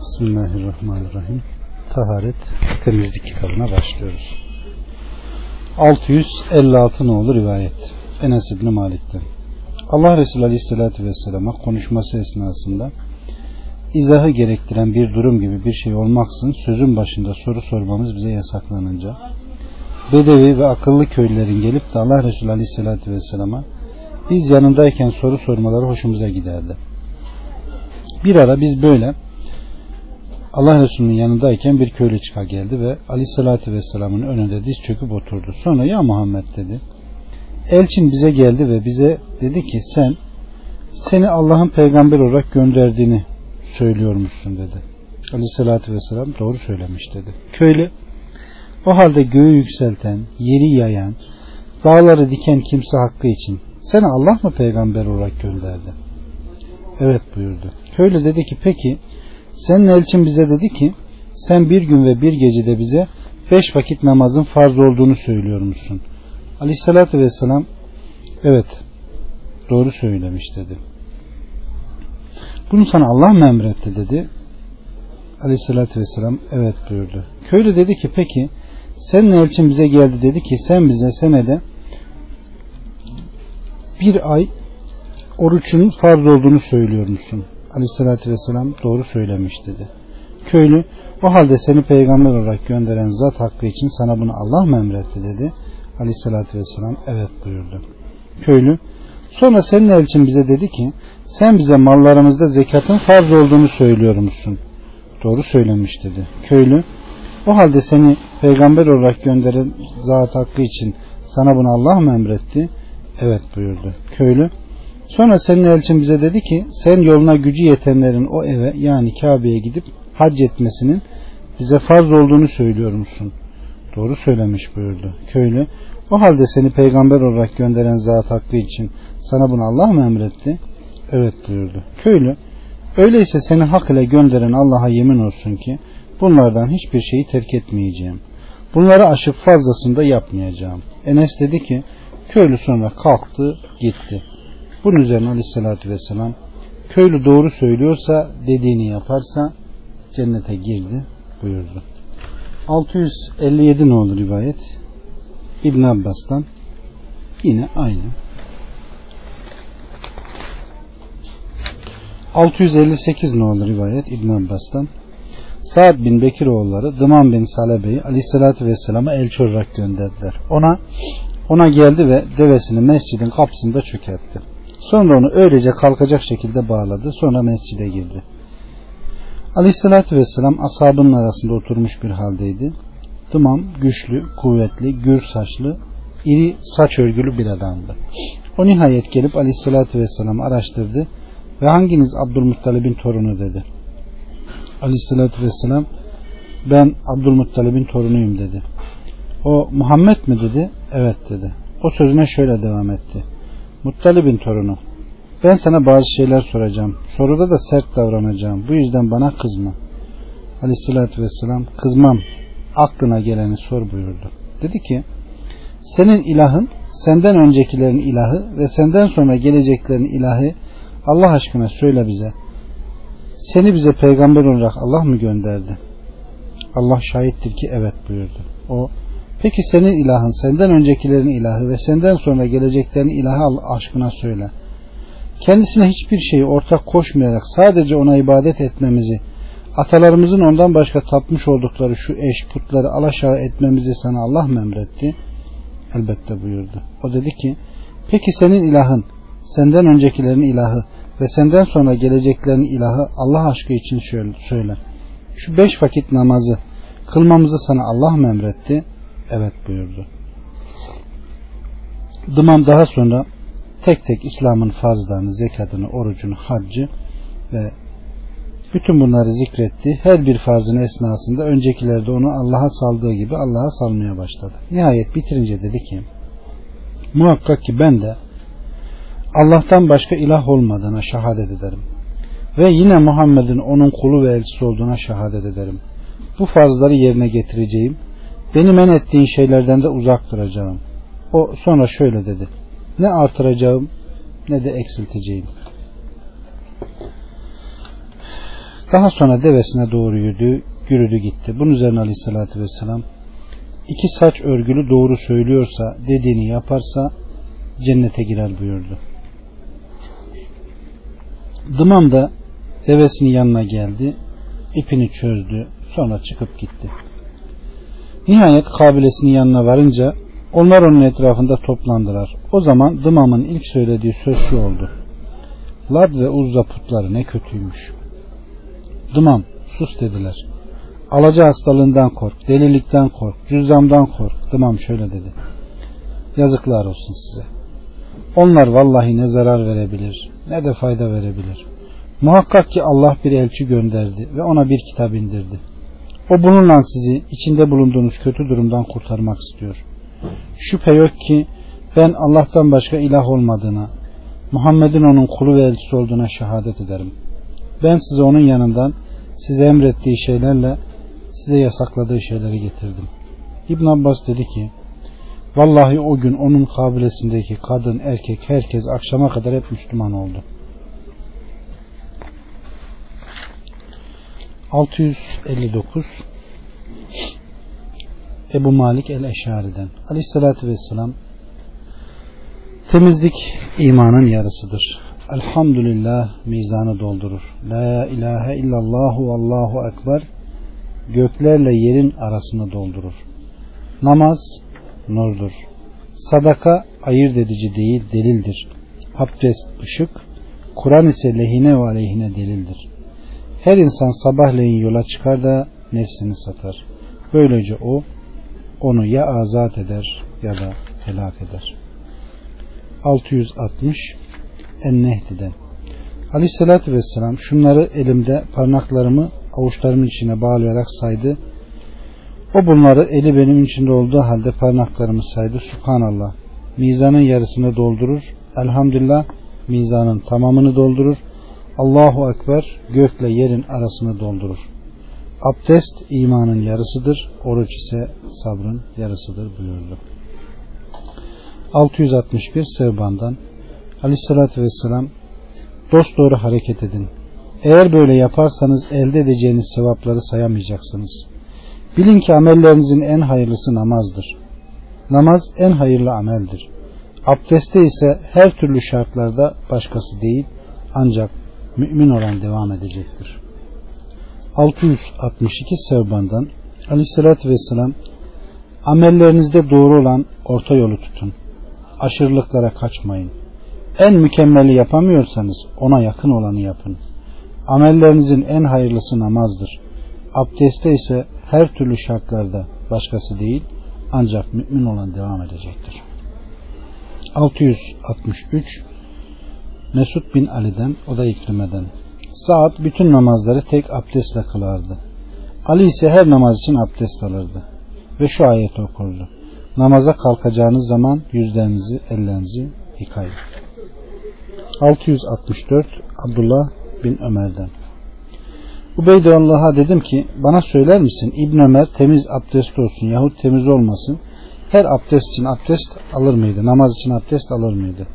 Bismillahirrahmanirrahim. Taharet temizlik kitabına başlıyoruz. 656 nolu rivayet. Enes İbni Malik'ten. Allah Resulü Aleyhisselatü Vesselam'a konuşması esnasında izahı gerektiren bir durum gibi bir şey olmaksızın sözün başında soru sormamız bize yasaklanınca Bedevi ve akıllı köylülerin gelip de Allah Resulü Aleyhisselatü Vesselam'a biz yanındayken soru sormaları hoşumuza giderdi. Bir ara biz böyle Allah Resulü'nün yanındayken bir köylü çıka geldi ve Aleyhisselatü Vesselam'ın önünde diz çöküp oturdu. Sonra ya Muhammed dedi. Elçin bize geldi ve bize dedi ki seni Allah'ın peygamber olarak gönderdiğini söylüyormuşsun dedi. Aleyhisselatü Vesselam doğru söylemiş dedi. Köylü o halde göğü yükselten, yeri yayan, dağları diken kimse hakkı için seni Allah mı peygamber olarak gönderdi? Evet buyurdu. Köylü dedi ki peki senin elçin bize dedi ki sen bir gün ve bir gecede bize 5 vakit namazın farz olduğunu söylüyormuşsun. Aleyhissalatü vesselam evet doğru söylemiş dedi. Bunu sana Allah mı emretti dedi. Aleyhissalatü vesselam evet buyurdu. Köylü dedi ki peki senin elçin bize geldi dedi ki sen bize senede bir ay orucun farz olduğunu söylüyormuşsun. Aleyhissalatü vesselam doğru söylemiş dedi. Köylü o halde seni peygamber olarak gönderen zat hakkı için sana bunu Allah mı emretti dedi. Aleyhissalatü vesselam evet buyurdu. Köylü sonra senin elçin bize dedi ki sen bize mallarımızda zekatın farz olduğunu söylüyormuşsun. Doğru söylemiş dedi. Köylü o halde seni peygamber olarak gönderen zat hakkı için sana bunu Allah mı emretti? Evet buyurdu. Köylü sonra senin elçin bize dedi ki sen yoluna gücü yetenlerin o eve yani Kabe'ye gidip hac etmesinin bize farz olduğunu söylüyormuşsun. Doğru söylemiş buyurdu. Köylü o halde seni peygamber olarak gönderen zat hakkı için sana bunu Allah mı emretti? Evet buyurdu. Köylü öyleyse seni hak ile gönderen Allah'a yemin olsun ki bunlardan hiçbir şeyi terk etmeyeceğim. Bunları aşıp fazlasını da yapmayacağım. Enes dedi ki köylü sonra kalktı gitti. Bunun üzerine Aleyhisselatü Vesselam köylü doğru söylüyorsa dediğini yaparsa cennete girdi buyurdu. 657 nolu rivayet İbn Abbas'tan yine aynı. 658 nolu rivayet İbn Abbas'tan Sa'd bin Bekir oğulları Dıman bin Salebe'yi Aleyhisselatü Vesselam'a elçi olarak gönderdiler. Ona geldi ve devesini mescidin kapısında çökertti. Sonra onu öylece kalkacak şekilde bağladı. Sonra mescide girdi. Aleyhissalatü vesselam ashabının arasında oturmuş bir haldeydi. Dıman güçlü, kuvvetli, gür saçlı, iri saç örgülü bir adamdı. O nihayet gelip Aleyhissalatü vesselam araştırdı ve hanginiz Abdülmuttalib'in torunu dedi. Aleyhissalatü vesselam ben Abdülmuttalib'in torunuyum dedi. O Muhammed mi dedi? Evet dedi. O sözüne şöyle devam etti. Muttalib'in torunu. Ben sana bazı şeyler soracağım. Soruda da sert davranacağım. Bu yüzden bana kızma. Aleyhissalatü vesselam kızmam. Aklına geleni sor buyurdu. Dedi ki senin ilahın senden öncekilerin ilahı ve senden sonra geleceklerin ilahı Allah aşkına söyle bize. Seni bize peygamber olarak Allah mı gönderdi? Allah şahittir ki evet buyurdu. O peki senin ilahın senden öncekilerin ilahı ve senden sonra geleceklerin ilahı Allah aşkına söyle. Kendisine hiçbir şeyi ortak koşmayarak sadece ona ibadet etmemizi, atalarımızın ondan başka tapmış oldukları şu eş putları alaşağı etmemizi sana Allah mı emretti? Elbette buyurdu. O dedi ki peki senin ilahın senden öncekilerin ilahı ve senden sonra geleceklerin ilahı Allah aşkı için söyle. Şu 5 vakit namazı kılmamızı sana Allah mı emretti? Evet buyurdu. Dıman daha sonra tek tek İslam'ın farzlarını, zekatını, orucunu, haccı ve bütün bunları zikretti. Her bir farzın esnasında öncekiler de onu Allah'a saldığı gibi Allah'a salmaya başladı. Nihayet bitirince dedi ki muhakkak ki ben de Allah'tan başka ilah olmadığına şehadet ederim. Ve yine Muhammed'in onun kulu ve elçisi olduğuna şehadet ederim. Bu farzları yerine getireceğim. Beni men ettiğin şeylerden de uzak duracağım. O sonra şöyle dedi. Ne artıracağım ne de eksilteceğim. Daha sonra devesine doğru yürüdü gitti. Bunun üzerine Aleyhisselatü Vesselam, iki saç örgülü doğru söylüyorsa, dediğini yaparsa cennete girer buyurdu. Dımam da devesinin yanına geldi, ipini çözdü, sonra çıkıp gitti. Nihayet kabilesinin yanına varınca onlar onun etrafında toplandılar. O zaman Dımam'ın ilk söylediği söz şu oldu: Lad ve Uzza putları ne kötüymüş. Dımam, sus dediler. Alaca hastalığından kork, delilikten kork, cüzzamdan kork. Dımam şöyle dedi: yazıklar olsun size. Onlar vallahi ne zarar verebilir, ne de fayda verebilir. Muhakkak ki Allah bir elçi gönderdi ve ona bir kitap indirdi. O bununla sizi içinde bulunduğunuz kötü durumdan kurtarmak istiyor. Şüphe yok ki ben Allah'tan başka ilah olmadığına, Muhammed'in onun kulu ve elçisi olduğuna şehadet ederim. Ben size onun yanından size emrettiği şeylerle size yasakladığı şeyleri getirdim. İbn Abbas dedi ki, vallahi o gün onun kabilesindeki kadın, erkek, herkes akşama kadar hep Müslüman oldu. 659 Ebu Malik el-Eşari'den: Aleyhissalatü vesselam, temizlik imanın yarısıdır. Elhamdülillah mizanı doldurur. La ilahe illallahu vallahu ekber göklerle yerin arasını doldurur. Namaz nurdur. Sadaka ayırt edici değil, delildir. Abdest ışık, Kur'an ise lehine ve aleyhine delildir. Her insan sabahleyin yola çıkar da nefsini satar. Böylece o onu ya azat eder ya da helak eder. 660 En-Nehdi'den: Aleyhissalatü vesselam şunları elimde parmaklarımı avuçlarımın içine bağlayarak saydı. O bunları eli benim içinde olduğu halde parmaklarımı saydı. Subhanallah, mizanın yarısını doldurur. Elhamdülillah, mizanın tamamını doldurur. Allahu Ekber, gökle yerin arasını doldurur. Abdest imanın yarısıdır, oruç ise sabrın yarısıdır buyurdu. 661 Sevban'dan: Aleyhissalatü vesselam, dosdoğru hareket edin. Eğer böyle yaparsanız elde edeceğiniz sevapları sayamayacaksınız. Bilin ki amellerinizin en hayırlısı namazdır. Namaz en hayırlı ameldir. Abdeste ise her türlü şartlarda başkası değil, ancak mümin olan devam edecektir. 662 Sevban'dan: Aleyhissalatü vesselam, amellerinizde doğru olan orta yolu tutun. Aşırılıklara kaçmayın. En mükemmeli yapamıyorsanız ona yakın olanı yapın. Amellerinizin en hayırlısı namazdır. Abdeste ise her türlü şartlarda başkası değil, ancak mümin olan devam edecektir. 663 Mesud bin Ali'den, o da İkrime'den: Sa'd bütün namazları tek abdestle kılardı. Ali ise her namaz için abdest alırdı ve şu ayeti okurdu: namaza kalkacağınız zaman yüzlerinizi, ellerinizi yıkayın. 664 Abdullah bin Ömer'den: Ubeydullah'a dedim ki, bana söyler misin İbn Ömer temiz abdest olsun yahut temiz olmasın her abdest için abdest alır mıydı? Namaz için abdest alır mıydı?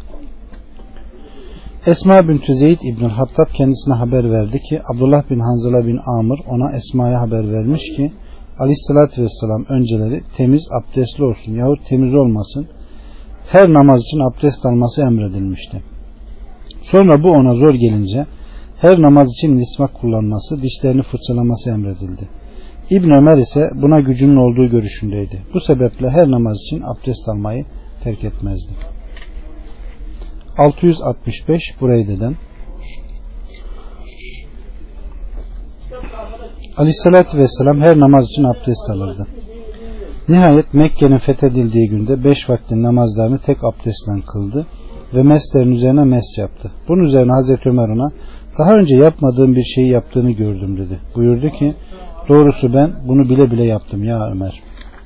Esma bint Zeyd İbnül Hattab kendisine haber verdi ki Abdullah bin Hanzala bin Amr ona Esma'ya haber vermiş ki Aleyhissalatü vesselam önceleri temiz abdestli olsun yahut temiz olmasın her namaz için abdest alması emredilmişti. Sonra bu ona zor gelince her namaz için misvak kullanması, dişlerini fırçalaması emredildi. İbn Ömer ise buna gücünün olduğu görüşündeydi. Bu sebeple her namaz için abdest almayı terk etmezdi. 665 Bureyde'den: Aleyhissalatü vesselam her namaz için abdest alırdı. Nihayet Mekke'nin fethedildiği günde 5 vaktin namazlarını tek abdestle kıldı ve meslerin üzerine mes yaptı. Bunun üzerine Hazreti Ömer ona daha önce yapmadığım bir şeyi yaptığını gördüm dedi. Buyurdu ki doğrusu ben bunu bile bile yaptım ya Ömer.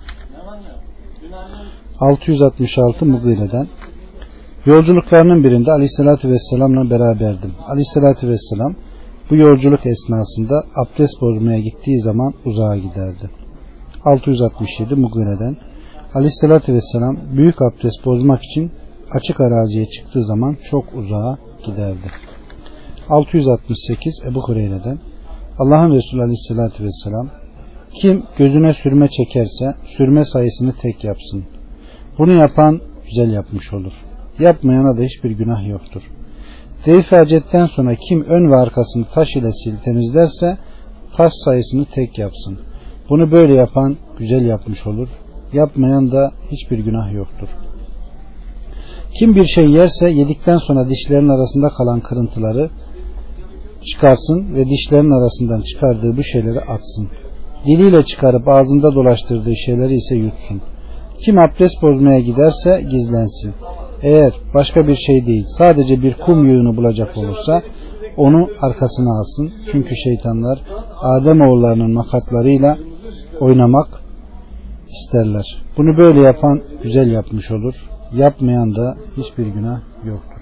666 Mugire'den: Yolculuklarının birinde Aleyhisselatü Vesselam'la beraberdim. Aleyhisselatü Vesselam bu yolculuk esnasında abdest bozmaya gittiği zaman uzağa giderdi. 667 Mugire'den: Aleyhisselatü Vesselam büyük abdest bozmak için açık araziye çıktığı zaman çok uzağa giderdi. 668 Ebu Hureyre'den: Allah'ın Resulü Aleyhisselatü Vesselam, kim gözüne sürme çekerse sürme sayısını tek yapsın. Bunu yapan güzel yapmış olur. Yapmayana da hiçbir günah yoktur. Deyf-i hacetten sonra kim ön ve arkasını taş ile temizlerse taş sayısını tek yapsın. Bunu böyle yapan güzel yapmış olur. Yapmayan da hiçbir günah yoktur. Kim bir şey yerse yedikten sonra dişlerin arasında kalan kırıntıları çıkarsın ve dişlerin arasından çıkardığı bu şeyleri atsın. Diliyle çıkarıp ağzında dolaştırdığı şeyleri ise yutsun. Kim abdest bozmaya giderse gizlensin. Eğer başka bir şey değil sadece bir kum yığını bulacak olursa onu arkasına alsın. Çünkü şeytanlar Ademoğullarının makatlarıyla oynamak isterler. Bunu böyle yapan güzel yapmış olur. Yapmayan da hiçbir günah yoktur.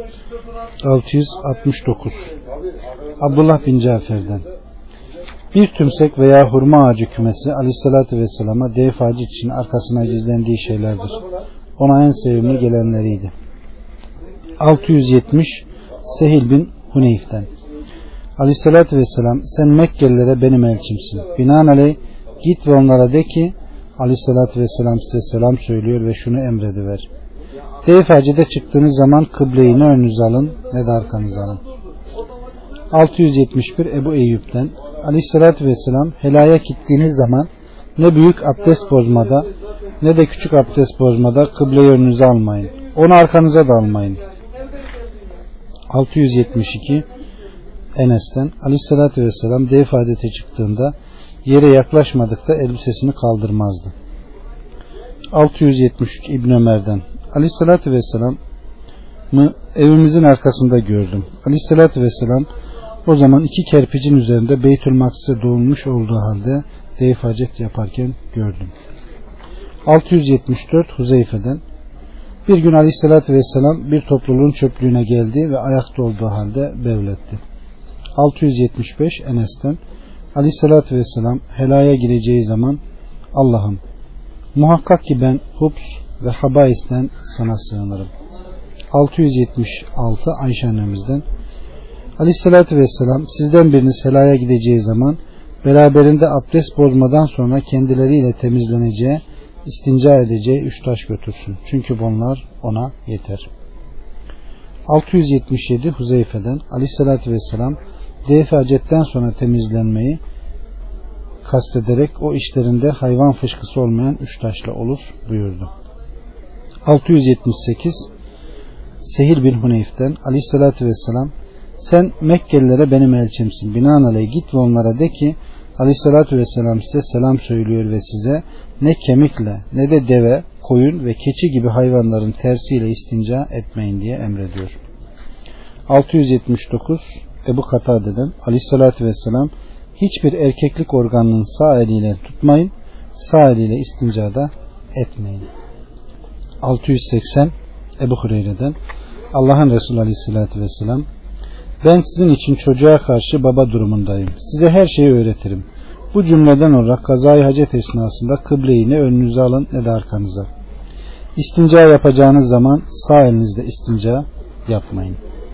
669 Abdullah bin Cafer'den: bir tümsek veya hurma ağacı kümesi Aleyhisselatü Vesselam'a deyf ağacı için arkasına gizlendiği şeylerdir. Ona en sevimli gelenleriydi. 670 Sehil bin Huneyf'ten: Aleyhisselatü Vesselam, sen Mekkelilere benim elçimsin. Binaenaleyh git ve onlara de ki Aleyhisselatü Vesselam size selam söylüyor ve şunu emrediver. Deyf hacide çıktığınız zaman kıbleyi ne önünüze alın ne de arkanıza alın. 671 Ebu Eyyub'den: Aleyhisselatü Vesselam, helaya gittiğiniz zaman ne büyük abdest bozmada ne de küçük abdest bozmada kıbleyi önünüze almayın. Onu arkanıza da almayın. 672 Enes'ten: Aleyhisselatü Vesselam deyf adete çıktığında yere yaklaşmadıkta elbisesini kaldırmazdı. 673 İbn Ömer'den: Aleyhisselatü Vesselam'ı evimizin arkasında gördüm. Aleyhisselatü Vesselam o zaman iki kerpicin üzerinde Beytül Makdis'e doğulmuş olduğu halde deyf hacet yaparken gördüm. 674 Huzeyfe'den: bir gün Aleyhisselatü Vesselam bir topluluğun çöplüğüne geldi ve ayakta olduğu halde bevletti. 675 Enes'ten: Aleyhisselatü Vesselam helaya gireceği zaman Allah'ım, muhakkak ki ben Hubs ve Habais'ten sana sığınırım. 676 Ayşe annemizden: Aleyhisselatü Vesselam sizden biriniz helaya gideceği zaman beraberinde abdest bozmadan sonra kendileriyle temizleneceği, istinca edeceği 3 taş götürsün. Çünkü bunlar ona yeter. 677 Huzeyfe'den: Aleyhisselatü Vesselam deyf hacetten sonra temizlenmeyi kastederek o işlerinde hayvan fışkısı olmayan 3 taşla olur buyurdu. 678 Sehil bin Huneyf'ten: Aleyhisselatü Vesselam, sen Mekkelilere benim elçimsin. Binaenaleyh git ve onlara de ki Aleyhisselatü Vesselam size selam söylüyor ve size ne kemikle ne de deve, koyun ve keçi gibi hayvanların tersiyle istinca etmeyin diye emrediyor. 679 Ebu Katade'den: Aleyhisselatü Vesselam, hiçbir erkeklik organının sağ eliyle tutmayın, sağ eliyle istincada etmeyin. 680 Ebu Hureyre'den: Allah'ın Resulü Aleyhisselatü Vesselam, ben sizin için çocuğa karşı baba durumundayım. Size her şeyi öğretirim. Bu cümleden olarak kazayı hacet esnasında kıbleyi ne önünüze alın ne de arkanıza. İstinca yapacağınız zaman sağ elinizle istinca yapmayın.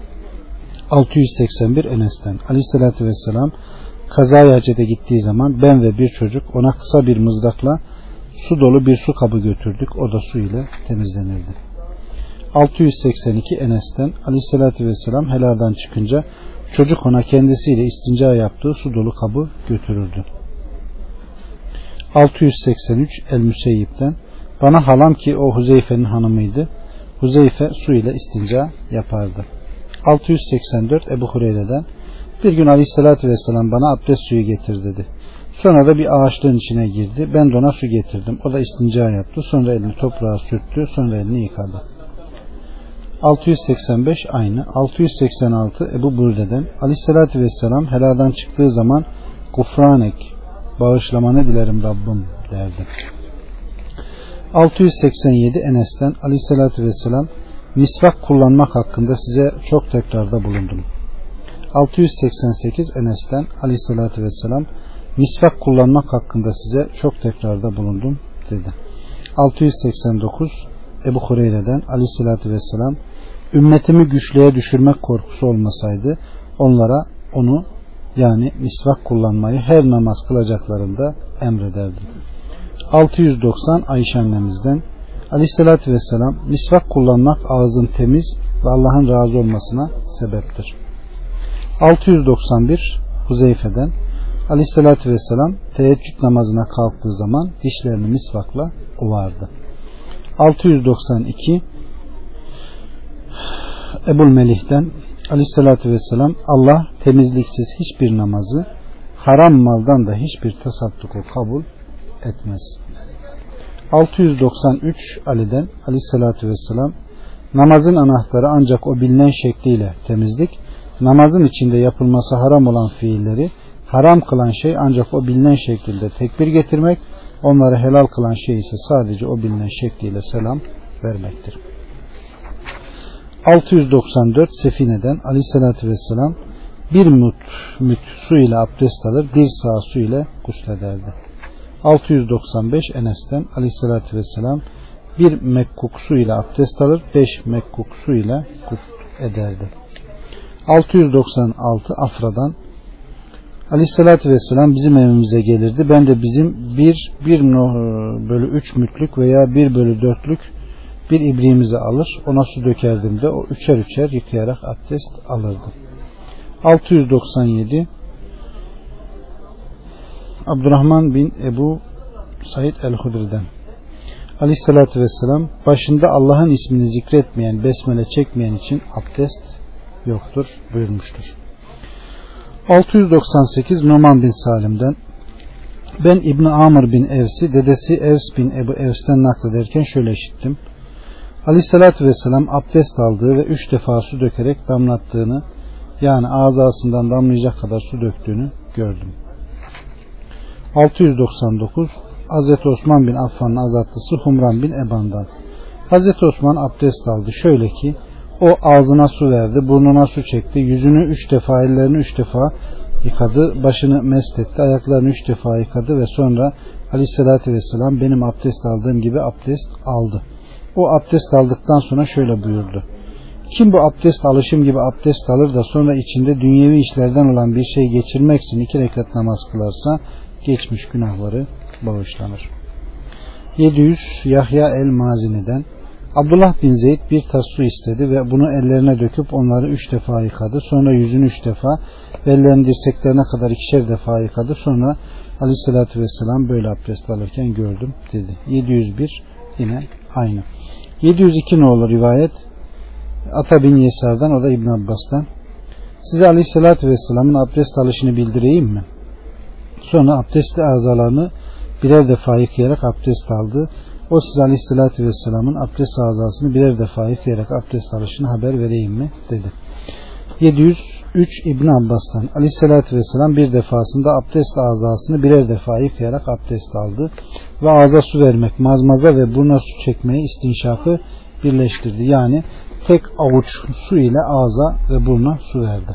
681 Enes'ten: Aleyhisselatü Vesselam kazayı hacete gittiği zaman ben ve bir çocuk ona kısa bir mızrakla su dolu bir su kabı götürdük. O da su ile temizlenirdi. 682 Enes'ten: Aleyhisselatü Vesselam heladan çıkınca çocuk ona kendisiyle istinca yaptığı su dolu kabı götürürdü. 683 El-Müseyyip'ten: bana halam ki o Huzeyfe'nin hanımıydı. Huzeyfe su ile istinca yapardı. 684 Ebu Hureyre'den: bir gün Aleyhisselatü Vesselam bana abdest suyu getir dedi. Sonra da bir ağaçlığın içine girdi. Ben de ona su getirdim. O da istinca yaptı. Sonra elini toprağa sürttü. Sonra elini yıkadı. 685 aynı. 686 Ebu Burde'den: Aleyhisselatü Vesselam heladan çıktığı zaman gufranek, bağışlamanı dilerim Rabbim derdi. 687 Enes'ten: Aleyhisselatü Vesselam misvak kullanmak hakkında size çok tekrarda bulundum. 688 Enes'ten: Aleyhisselatü Vesselam misvak kullanmak hakkında size çok tekrarda bulundum dedi. 689 Ebu Hureyre'den: Aleyhisselatü Vesselam ümmetimi güçlüğe düşürmek korkusu olmasaydı onlara onu yani misvak kullanmayı her namaz kılacaklarında emrederdim. 690 Ayşe annemizden Aleyhisselatü Vesselam misvak kullanmak ağzın temiz ve Allah'ın razı olmasına sebeptir. 691 Huzeyfe'den Aleyhisselatü Vesselam teheccüd namazına kalktığı zaman dişlerini misvakla ovardı. 692 Ebul Melih'ten Aleyhisselatü Vesselam Allah temizliksiz hiçbir namazı, haram maldan da hiçbir tasadduku kabul etmez. 693 Ali'den Aleyhisselatü Vesselam namazın anahtarı ancak o bilinen şekliyle temizlik, namazın içinde yapılması haram olan fiilleri haram kılan şey ancak o bilinen şekilde tekbir getirmek, onları helal kılan şey ise sadece o bilinen şekliyle selam vermektir. 694 Sefine'den Aleyhisselatü Vesselam bir müt su ile abdest alır, bir sağ su ile guslederdi. 695 Enes'ten Aleyhisselatü Vesselam bir mekkuk su ile abdest alır, 5 mekkuk su ile gusl ederdi. 696 Afra'dan Aleyhisselatü Vesselam bizim evimize gelirdi. Ben de bizim 1/3 mütlük veya 1/4'lük bir ibriğimizi alır, ona su dökerdim de o üçer yıkayarak abdest alırdı. 697 Abdurrahman bin Ebu Said el-Hudri'den Aleyhisselatü Vesselam başında Allah'ın ismini zikretmeyen, besmele çekmeyen için abdest yoktur buyurmuştur. 698 Numan bin Salim'den ben İbn Amr bin Evs'i dedesi Evs bin Ebu Evs'ten naklederken şöyle işittim. Aleyhissalatü Vesselam abdest aldığı ve 3 defa su dökerek damlattığını, yani ağzından damlayacak kadar su döktüğünü gördüm. 699 Hazreti Osman bin Affan'ın azatlısı Humran bin Eban'dan Hazreti Osman abdest aldı. Şöyle ki o ağzına su verdi, burnuna su çekti, yüzünü 3 defa, ellerini 3 defa yıkadı, başını mest etti, ayaklarını 3 defa yıkadı ve sonra Aleyhisselatü Vesselam benim abdest aldığım gibi abdest aldı. O abdest aldıktan sonra şöyle buyurdu. Kim bu abdest alışım gibi abdest alır da sonra içinde dünyevi işlerden olan bir şey geçirmek için 2 rekat namaz kılarsa geçmiş günahları bağışlanır. 700 Yahya el-Mazini'den Abdullah bin Zeyd bir tas su istedi ve bunu ellerine döküp onları 3 defa yıkadı. Sonra yüzünü 3 defa ve ellerinin dirseklerine kadar 2'şer defa yıkadı. Sonra Aleyhisselatü Vesselam böyle abdest alırken gördüm dedi. 701 yine aynı. 702 nolu rivayet Ata bin Yesar'dan, o da İbn Abbas'tan. Size Aleyhisselatü Vesselam'ın abdest alışını bildireyim mi? Sonra abdestli azalarını birer defa yıkayarak abdest aldı. O size Aleyhisselatü Vesselam'ın abdest azasını birer defa yıkayarak abdest alışını haber vereyim mi? Dedi. 703 İbn Abbas'tan Aleyhisselatü Vesselam bir defasında abdest azasını birer defa yıkayarak abdest aldı ve ağza su vermek, mazmaza ve buruna su çekmeyi, istinşakı birleştirdi. Yani tek avuç su ile ağza ve buruna su verdi.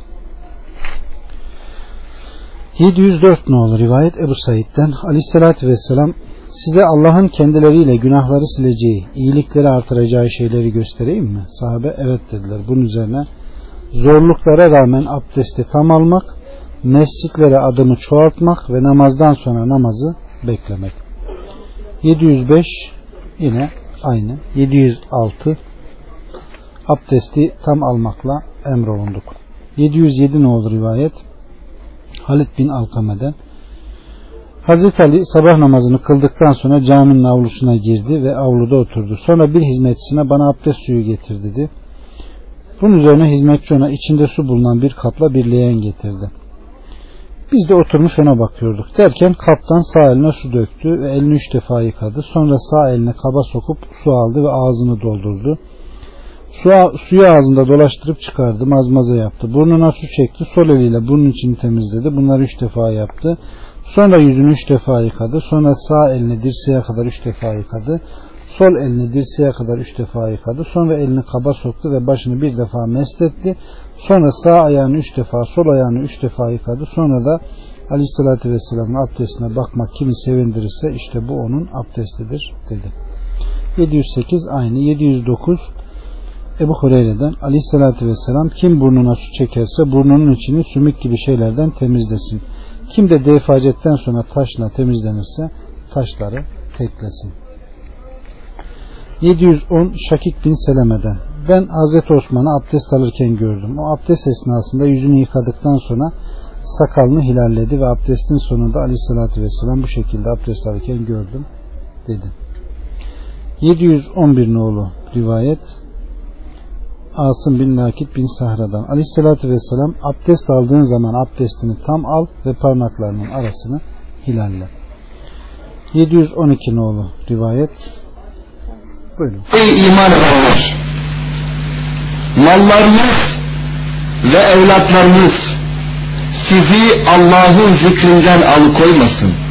704 nolu rivayet Ebu Said'den Aleyhisselatü Vesselam size Allah'ın kendileriyle günahları sileceği, iyilikleri artıracağı şeyleri göstereyim mi? Sahabe evet dediler. Bunun üzerine zorluklara rağmen abdesti tam almak, mescitlere adımı çoğaltmak ve namazdan sonra namazı beklemek. 705 yine aynı. 706 abdesti tam almakla emrolunduk. 707 nolu rivayet Halid bin Alkame'den Hazreti Ali sabah namazını kıldıktan sonra caminin avlusuna girdi ve avluda oturdu. Sonra bir hizmetçisine bana abdest suyu getir dedi. Bunun üzerine hizmetçi ona içinde su bulunan bir kapla bir leğen getirdi. Biz de oturmuş ona bakıyorduk. Derken kaptan sağ eline su döktü ve elini 3 defa yıkadı. Sonra sağ eline kaba sokup su aldı ve ağzını doldurdu. Suyu ağzında dolaştırıp çıkardı. Mazmaza yaptı. Burnuna su çekti. Sol eliyle burnun içini temizledi. Bunları 3 defa yaptı. Sonra yüzünü 3 defa yıkadı. Sonra sağ elini dirseğe kadar 3 defa yıkadı. Sol elini dirseğe kadar 3 defa yıkadı. Sonra elini kaba soktu ve başını bir defa mest etti. Sonra sağ ayağını 3 defa, sol ayağını 3 defa yıkadı. Sonra da Aleyhisselatü Vesselam'ın abdestine bakmak kimi sevindirirse işte bu onun abdestidir dedi. 708 aynı. 709 Ebu Hureyre'den Aleyhisselatü Vesselam kim burnuna su çekerse burnunun içini sümük gibi şeylerden temizlesin. Kim de defacetten sonra taşla temizlenirse taşları teklesin. 710 Şakik bin Seleme'den ben Hazreti Osman'ı abdest alırken gördüm. O abdest esnasında yüzünü yıkadıktan sonra sakalını hilalledi ve abdestin sonunda Aleyhisselatü Vesselam bu şekilde abdest alırken gördüm dedi. 711 nolu rivayet Asım bin Nakit bin Sahra'dan Aleyhisselatü Vesselam abdest aldığın zaman abdestini tam al ve parmaklarının arasını hilalle. 712 nolu rivayet. Buyurun. Ey iman edenler! Mallarınız ve evlatlarınız sizi Allah'ın zikrinden alıkoymasın.